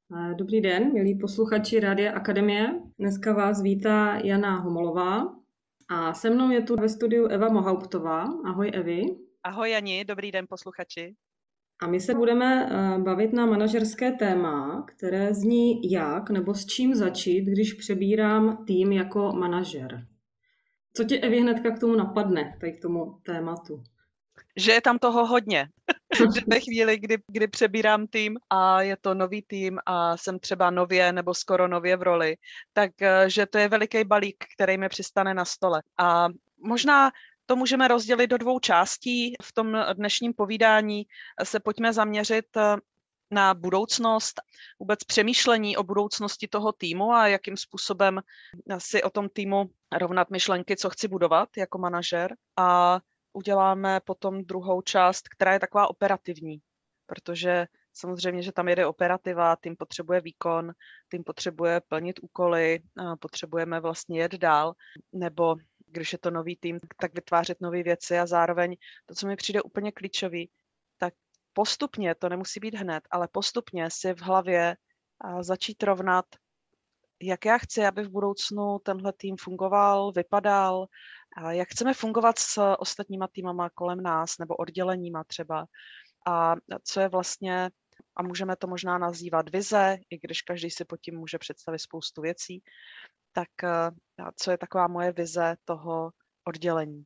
Dobrý den, milí posluchači Rádia Akademie. Dneska vás vítá Jana Homolová a se mnou je tu ve studiu Eva Mohauptová. Ahoj Evi. Ahoj Jani, dobrý den posluchači. A my se budeme bavit na manažerské téma, které zní jak nebo s čím začít, když přebírám tým jako manažer. Co tě, Evi, hnedka k tomu napadne, tady k tomu tématu? Že je tam toho hodně. Že ve chvíli, kdy přebírám tým a je to nový tým a jsem třeba nově nebo skoro nově v roli, tak že to je veliký balík, který mi přistane na stole. A možná to můžeme rozdělit do dvou částí. V tom dnešním povídání se pojďme zaměřit na budoucnost, vůbec přemýšlení o budoucnosti toho týmu a jakým způsobem si o tom týmu rovnat myšlenky, co chci budovat jako manažer. A uděláme potom druhou část, která je taková operativní, protože samozřejmě, že tam jede operativa, tým potřebuje výkon, tým potřebuje plnit úkoly, potřebujeme vlastně jet dál, nebo když je to nový tým, tak vytvářet nové věci a zároveň to, co mi přijde úplně klíčový, tak postupně, to nemusí být hned, ale postupně si v hlavě začít rovnat, jak já chci, aby v budoucnu tenhle tým fungoval, vypadal, jak chceme fungovat s ostatníma týmama kolem nás nebo odděleníma třeba a co je vlastně, a můžeme to možná nazývat vize, i když každý si pod tím může představit spoustu věcí, tak co je taková moje vize toho oddělení.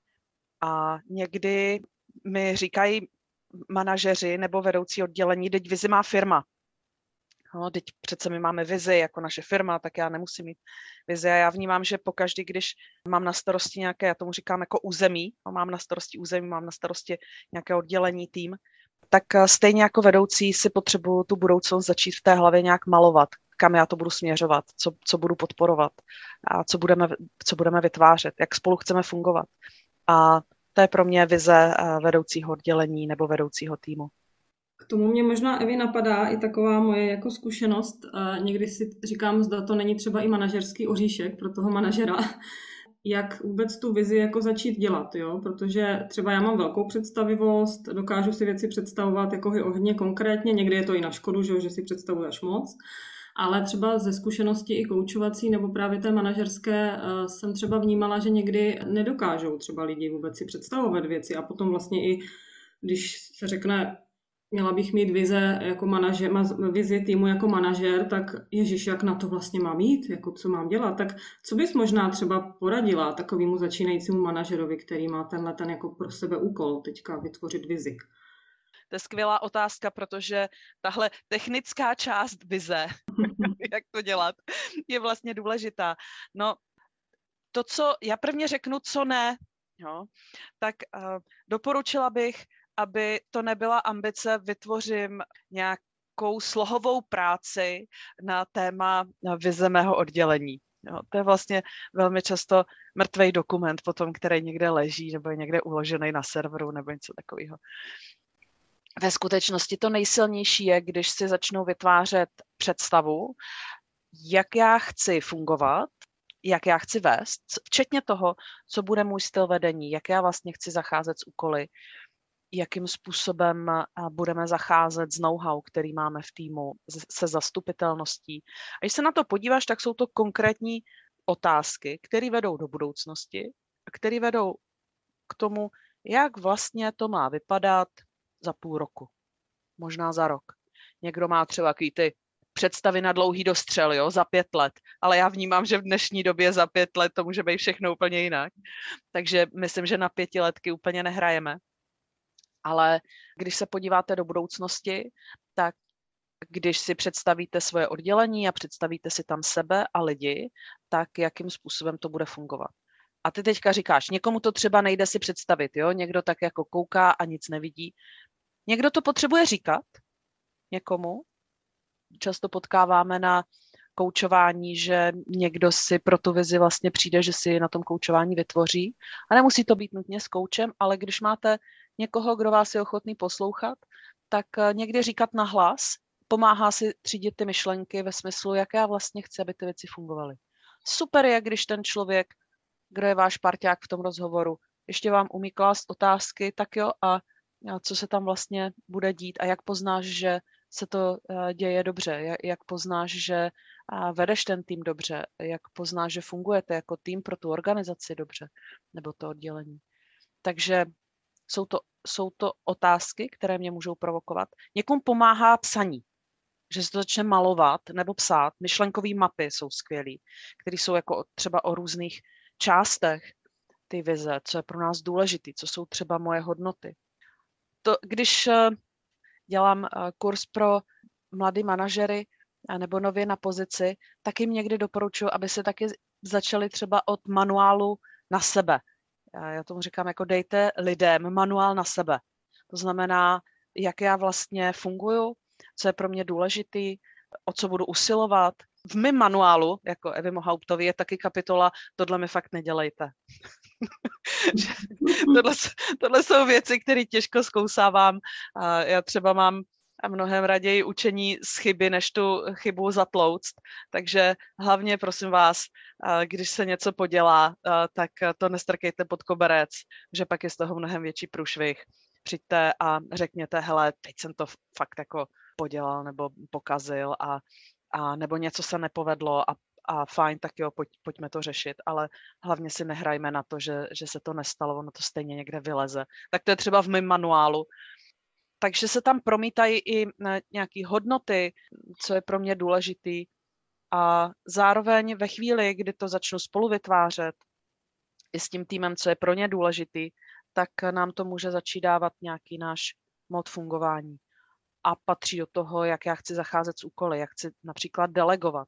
A někdy mi říkají manažeři nebo vedoucí oddělení, teď vizi má firma. No, teď přece my máme vizi jako naše firma, tak já nemusím mít vizi. A já vnímám, že pokaždý, když mám na starosti nějaké, já tomu říkám jako území, mám na starosti území, mám na starosti nějaké oddělení, tým, tak stejně jako vedoucí si potřebuju tu budoucnost začít v té hlavě nějak malovat, kam já to budu směřovat, co budu podporovat a co budeme vytvářet, jak spolu chceme fungovat. A to je pro mě vize vedoucího oddělení nebo vedoucího týmu. K tomu mě možná, Evi, napadá i taková moje jako zkušenost. Někdy si říkám, zda to není třeba i manažerský oříšek pro toho manažera, jak vůbec tu vizi jako začít dělat, jo? Protože třeba já mám velkou představivost, dokážu si věci představovat jako hodně konkrétně, někdy je to i na škodu, že si představuji až moc, ale třeba ze zkušenosti i koučovací nebo právě té manažerské jsem třeba vnímala, že někdy nedokážou třeba lidi vůbec si představovat věci a potom vlastně i když se řekne, měla bych mít vizi týmu jako manažer, tak ježiš, jak na to vlastně mám jít, jako co mám dělat, tak co bys možná třeba poradila takovému začínajícímu manažerovi, který má ten jako pro sebe úkol teďka vytvořit vizi? To je skvělá otázka, protože tahle technická část vize, jak to dělat, je vlastně důležitá. No, to, co já prvně řeknu, co ne, jo, tak doporučila bych, aby to nebyla ambice, vytvořím nějakou slohovou práci na téma vize mého oddělení. Jo, to je vlastně velmi často mrtvej dokument potom, který někde leží nebo je někde uložený na serveru nebo něco takového. Ve skutečnosti to nejsilnější je, když si začnou vytvářet představu, jak já chci fungovat, jak já chci vést, včetně toho, co bude můj styl vedení, jak já vlastně chci zacházet s úkoly, jakým způsobem budeme zacházet s know-how, který máme v týmu, se zastupitelností. A když se na to podíváš, tak jsou to konkrétní otázky, které vedou do budoucnosti a které vedou k tomu, jak vlastně to má vypadat za půl roku, možná za rok. Někdo má třeba takový ty představy na dlouhý dostřel, jo, za 5 let, ale já vnímám, že v dnešní době za 5 let to může být všechno úplně jinak. Takže myslím, že na 5letky úplně nehrajeme. Ale když se podíváte do budoucnosti, tak když si představíte svoje oddělení a představíte si tam sebe a lidi, tak jakým způsobem to bude fungovat. A ty teďka říkáš, někomu to třeba nejde si představit, jo? Někdo tak jako kouká a nic nevidí. Někdo to potřebuje říkat někomu. Často potkáváme na koučování, že někdo si pro tu vizi vlastně přijde, že si na tom koučování vytvoří. A nemusí to být nutně s koučem, ale když máte někoho, kdo vás je ochotný poslouchat, tak někdy říkat nahlas pomáhá si třídit ty myšlenky ve smyslu, jak já vlastně chci, aby ty věci fungovaly. Super je, když ten člověk, kdo je váš parťák v tom rozhovoru, ještě vám umí klást otázky, tak jo, a co se tam vlastně bude dít a jak poznáš, že se to děje dobře, jak poznáš, že vedeš ten tým dobře, jak poznáš, že fungujete jako tým pro tu organizaci dobře, nebo to oddělení. Takže jsou to otázky, které mě můžou provokovat. Někomu pomáhá psaní, že se to začne malovat nebo psát. Myšlenkové mapy jsou skvělý, které jsou jako třeba o různých částech ty vize, co je pro nás důležitý, co jsou třeba moje hodnoty. Když dělám kurz pro mladé manažery nebo nově na pozici, tak jim někdy doporučuji, aby se taky začali třeba od manuálu na sebe. Já tomu říkám, jako dejte lidem manuál na sebe. To znamená, jak já vlastně funguju, co je pro mě důležitý, o co budu usilovat. V mém manuálu, jako Evy Mohauptový, je taky kapitola tohle mi fakt nedělejte. tohle jsou věci, které těžko zkousávám. Já třeba mám mnohem raději učení z chyby, než tu chybu zatlouct. Takže hlavně, prosím vás, když se něco podělá, tak to nestrkejte pod koberec, že pak je z toho mnohem větší průšvih. Přijďte a řekněte, hele, teď jsem to fakt jako podělal nebo pokazil a nebo něco se nepovedlo a fajn, tak jo, pojďme to řešit, ale hlavně si nehrajme na to, že se to nestalo, ono to stejně někde vyleze. Tak to je třeba v mém manuálu. Takže se tam promítají i nějaké hodnoty, co je pro mě důležitý. A zároveň ve chvíli, kdy to začnu spolu vytvářet i s tím týmem, co je pro ně důležitý, tak nám to může začít dávat nějaký náš mod fungování. A patří do toho, jak já chci zacházet s úkoly, jak chci například delegovat,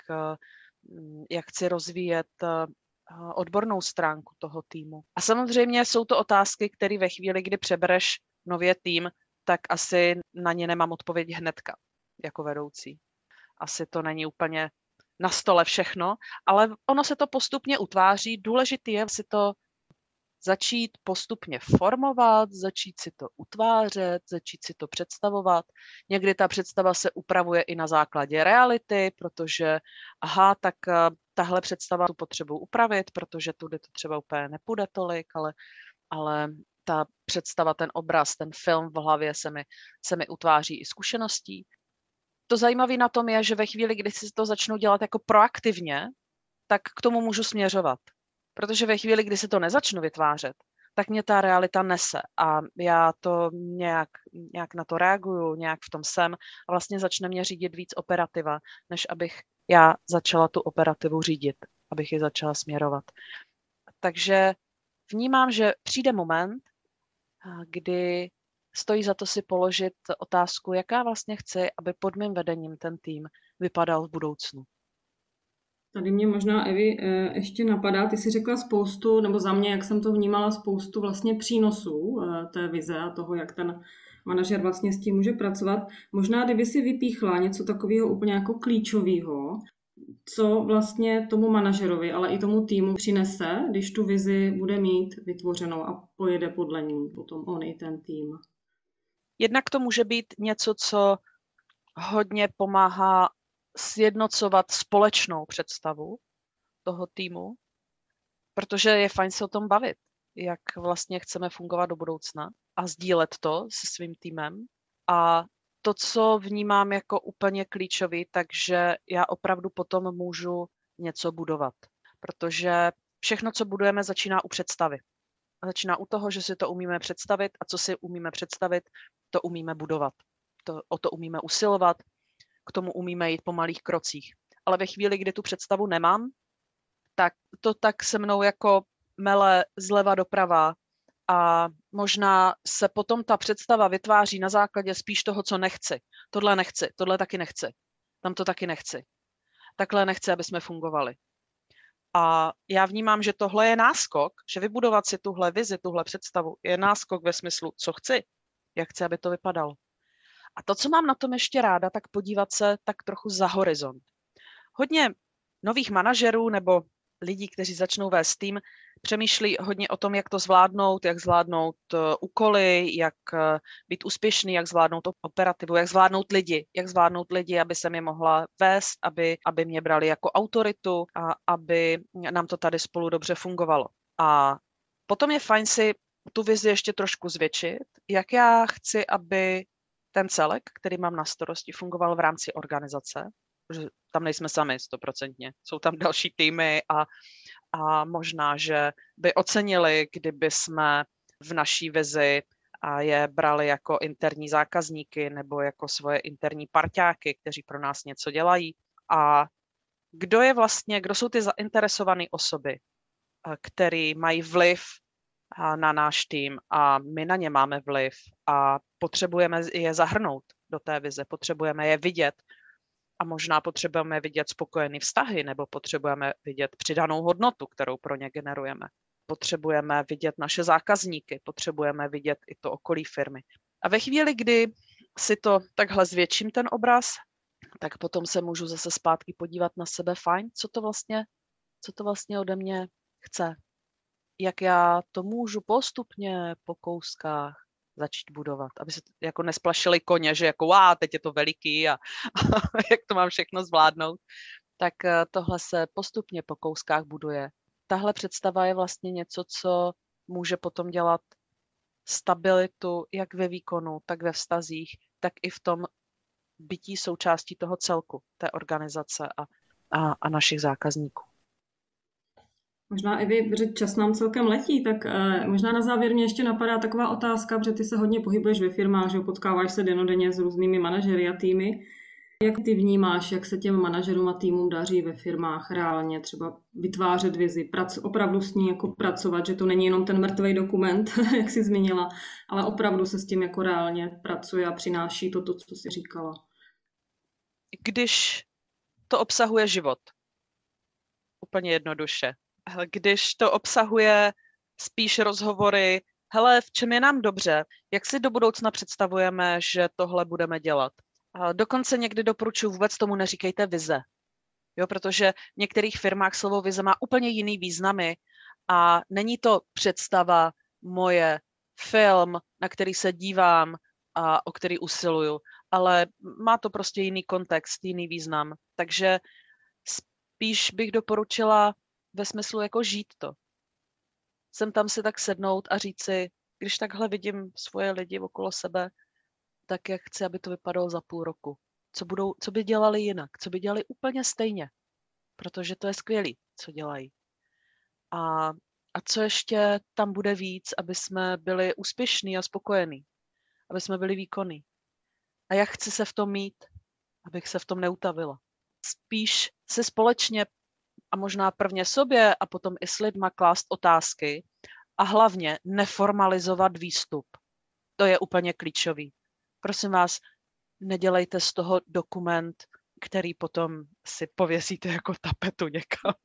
jak chci rozvíjet odbornou stránku toho týmu. A samozřejmě jsou to otázky, které ve chvíli, kdy přebereš nově tým, tak asi na ně nemám odpověď hnedka jako vedoucí. Asi to není úplně na stole všechno, ale ono se to postupně utváří. Důležité je si to začít postupně formovat, začít si to utvářet, začít si to představovat. Někdy ta představa se upravuje i na základě reality, protože tak tahle představa tu potřebuji upravit, protože tudy to třeba úplně nepůjde tolik, ale ta představa, ten obraz, ten film v hlavě se mi utváří i zkušeností. To zajímavé na tom je, že ve chvíli, kdy si to začnu dělat jako proaktivně, tak k tomu můžu směřovat. Protože ve chvíli, kdy se to nezačnu vytvářet, tak mě ta realita nese a já to nějak na to reaguju, nějak v tom jsem a vlastně začne mě řídit víc operativa, než abych já začala tu operativu řídit, abych ji začala směrovat. Takže vnímám, že přijde moment, kdy stojí za to si položit otázku, jaká vlastně chci, aby pod mým vedením ten tým vypadal v budoucnu. Tady mě možná, Evi, ještě napadá, ty jsi řekla spoustu, nebo za mě, jak jsem to vnímala, spoustu vlastně přínosů té vize a toho, jak ten manažer vlastně s tím může pracovat. Možná, kdyby si vypíchla něco takového úplně jako klíčového, co vlastně tomu manažerovi, ale i tomu týmu přinese, když tu vizi bude mít vytvořenou a pojede podle ní potom on i ten tým. Jednak to může být něco, co hodně pomáhá sjednocovat společnou představu toho týmu, protože je fajn se o tom bavit, jak vlastně chceme fungovat do budoucna a sdílet to se svým týmem. A to, co vnímám jako úplně klíčový, takže já opravdu potom můžu něco budovat, protože všechno, co budujeme, začíná u představy. Začíná u toho, že si to umíme představit a co si umíme představit, to umíme budovat. O to umíme usilovat, k tomu umíme jít po malých krocích. Ale ve chvíli, kdy tu představu nemám, tak to tak se mnou jako mele zleva doprava a možná se potom ta představa vytváří na základě spíš toho, co nechci. Tohle nechci, tohle taky nechci, tam to taky nechci. Takhle nechci, aby jsme fungovali. A já vnímám, že tohle je náskok, že vybudovat si tuhle vizi, tuhle představu je náskok ve smyslu, co chci, jak chci, aby to vypadalo. A to, co mám na tom ještě ráda, tak podívat se tak trochu za horizont. Hodně nových manažerů nebo lidí, kteří začnou vést tým, přemýšlí hodně o tom, jak to zvládnout, jak zvládnout úkoly, jak být úspěšný, jak zvládnout operativu, jak zvládnout lidi, aby se mě mohla vést, aby mě brali jako autoritu a aby nám to tady spolu dobře fungovalo. A potom je fajn si tu vizi ještě trošku zvětšit, jak já chci, aby ten celek, který mám na starosti, fungoval v rámci organizace, že tam nejsme sami 100%. Jsou tam další týmy a možná, že by ocenili, kdyby jsme v naší vizi a je brali jako interní zákazníky nebo jako svoje interní parťáky, kteří pro nás něco dělají. A kdo jsou ty zainteresované osoby, který mají vliv na náš tým a my na ně máme vliv a potřebujeme je zahrnout do té vize, potřebujeme je vidět a možná potřebujeme vidět spokojené vztahy nebo potřebujeme vidět přidanou hodnotu, kterou pro ně generujeme. Potřebujeme vidět naše zákazníky, potřebujeme vidět i to okolí firmy. A ve chvíli, kdy si to takhle zvětším ten obraz, tak potom se můžu zase zpátky podívat na sebe, fajn, co to vlastně ode mě chce. Jak já to můžu postupně po kouskách začít budovat, aby se jako nesplašili koně, že jako teď je to veliký a jak to mám všechno zvládnout. Tak tohle se postupně po kouskách buduje. Tahle představa je vlastně něco, co může potom dělat stabilitu jak ve výkonu, tak ve vztazích, tak i v tom bytí součástí toho celku, té organizace a našich zákazníků. Možná i vy, protože čas nám celkem letí, tak možná na závěr mě ještě napadá taková otázka, protože ty se hodně pohybuješ ve firmách, že potkáváš se dennodenně s různými manažery a týmy. Jak ty vnímáš, jak se těm manažerům a týmům daří ve firmách reálně třeba vytvářet vizi, opravdu s ní jako pracovat, že to není jenom ten mrtvý dokument, jak jsi zmínila, ale opravdu se s tím jako reálně pracuje a přináší to, co jsi říkala. Když to obsahuje život, úplně jednoduše. Když to obsahuje spíš rozhovory, hele, v čem je nám dobře, jak si do budoucna představujeme, že tohle budeme dělat. A dokonce někdy doporučuji, vůbec tomu neříkejte vize, jo, protože v některých firmách slovo vize má úplně jiný významy a není to představa moje, film, na který se dívám a o který usiluju, ale má to prostě jiný kontext, jiný význam. Takže spíš bych doporučila ve smyslu jako žít to. Jsem tam si tak sednout a říct si, když takhle vidím svoje lidi okolo sebe, tak jak chci, aby to vypadalo za půl roku. Co by dělali jinak, co by dělali úplně stejně, protože to je skvělý, co dělají. A co ještě tam bude víc, aby jsme byli úspěšní a spokojení, aby jsme byli výkonní. A jak chci se v tom mít, abych se v tom neutavila. Spíš si společně a možná prvně sobě a potom i s lidma klást otázky a hlavně neformalizovat výstup. To je úplně klíčový. Prosím vás, nedělejte z toho dokument, který potom si pověsíte jako tapetu někam.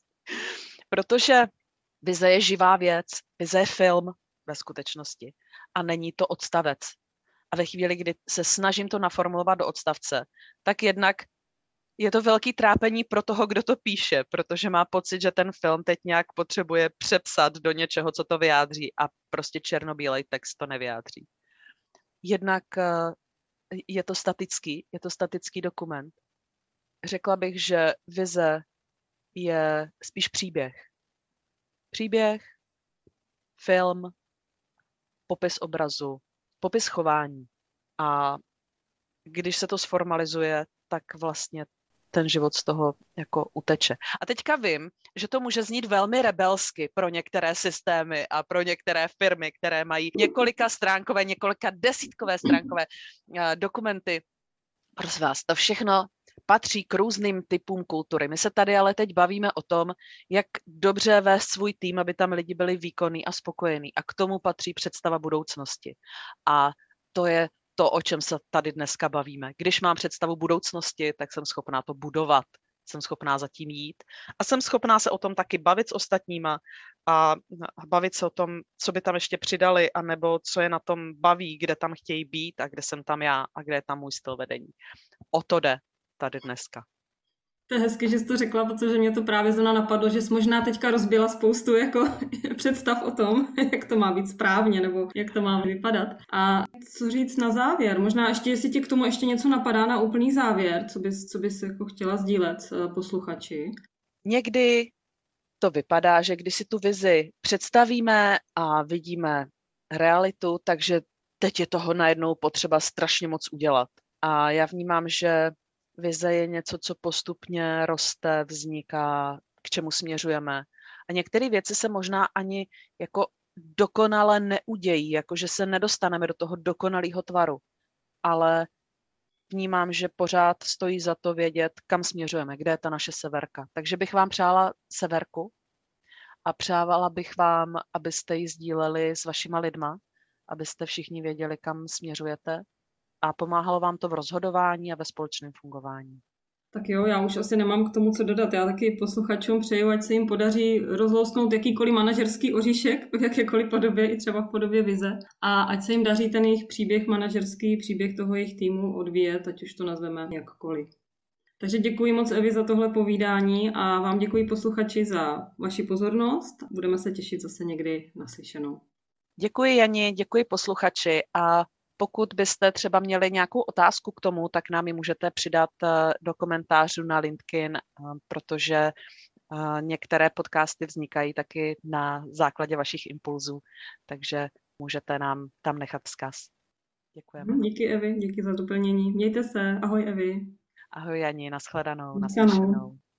Protože vize je živá věc, vize je film ve skutečnosti a není to odstavec. A ve chvíli, kdy se snažím to naformulovat do odstavce, tak jednak je to velký trápení pro toho, kdo to píše, protože má pocit, že ten film teď nějak potřebuje přepsat do něčeho, co to vyjádří a prostě černobílej text to nevyjádří. Jednak je to statický dokument. Řekla bych, že vize je spíš příběh. Příběh, film, popis obrazu, popis chování. A když se to sformalizuje, tak vlastně ten život z toho jako uteče. A teďka vím, že to může znít velmi rebelsky pro některé systémy a pro některé firmy, které mají několika desítkové stránkové dokumenty. Prosím vás, to všechno patří k různým typům kultury. My se tady ale teď bavíme o tom, jak dobře vést svůj tým, aby tam lidi byli výkonní a spokojení. A k tomu patří představa budoucnosti. A to je to, o čem se tady dneska bavíme. Když mám představu budoucnosti, tak jsem schopná to budovat. Jsem schopná zatím jít. A jsem schopná se o tom taky bavit s ostatníma a bavit se o tom, co by tam ještě přidali, anebo co je na tom baví, kde tam chtějí být a kde jsem tam já a kde je tam můj styl vedení. O to jde tady dneska. To je hezky, že jsi to řekla, protože mě to právě zrovna napadlo, že jsi možná teďka rozbila spoustu jako představ o tom, jak to má být správně, nebo jak to má vypadat. A co říct na závěr? Možná ještě, jestli ti k tomu ještě něco napadá na úplný závěr, co bys jako chtěla sdílet s posluchači? Někdy to vypadá, že když si tu vizi představíme a vidíme realitu, takže teď je toho najednou potřeba strašně moc udělat. A já vnímám, že vize je něco, co postupně roste, vzniká, k čemu směřujeme. A některé věci se možná ani jako dokonale neudějí, jako že se nedostaneme do toho dokonalého tvaru. Ale vnímám, že pořád stojí za to vědět, kam směřujeme, kde je ta naše severka. Takže bych vám přála severku a přávala bych vám, abyste ji sdíleli s vašima lidma, abyste všichni věděli, kam směřujete a pomáhalo vám to v rozhodování a ve společném fungování. Tak jo, já už asi nemám k tomu co dodat. Já taky posluchačům přeju, ať se jim podaří rozlousnout jakýkoliv manažerský oříšek v jakékoliv podobě, i třeba v podobě vize. A ať se jim daří ten jejich příběh manažerský, příběh toho jejich týmu odvíjet, ať už to nazveme jakkoliv. Takže děkuji moc, Evi, za tohle povídání a vám děkuji posluchači za vaši pozornost. Budeme se těšit zase někdy naslyšenou. Děkuji, Jani, děkuji posluchači a pokud byste třeba měli nějakou otázku k tomu, tak nám ji můžete přidat do komentářů na LinkedIn, protože některé podcasty vznikají taky na základě vašich impulzů, takže můžete nám tam nechat vzkaz. Děkujeme. Díky, Evi, díky za doplnění. Mějte se, ahoj, Evi. Ahoj, Jani, nashledanou, naslyšenou.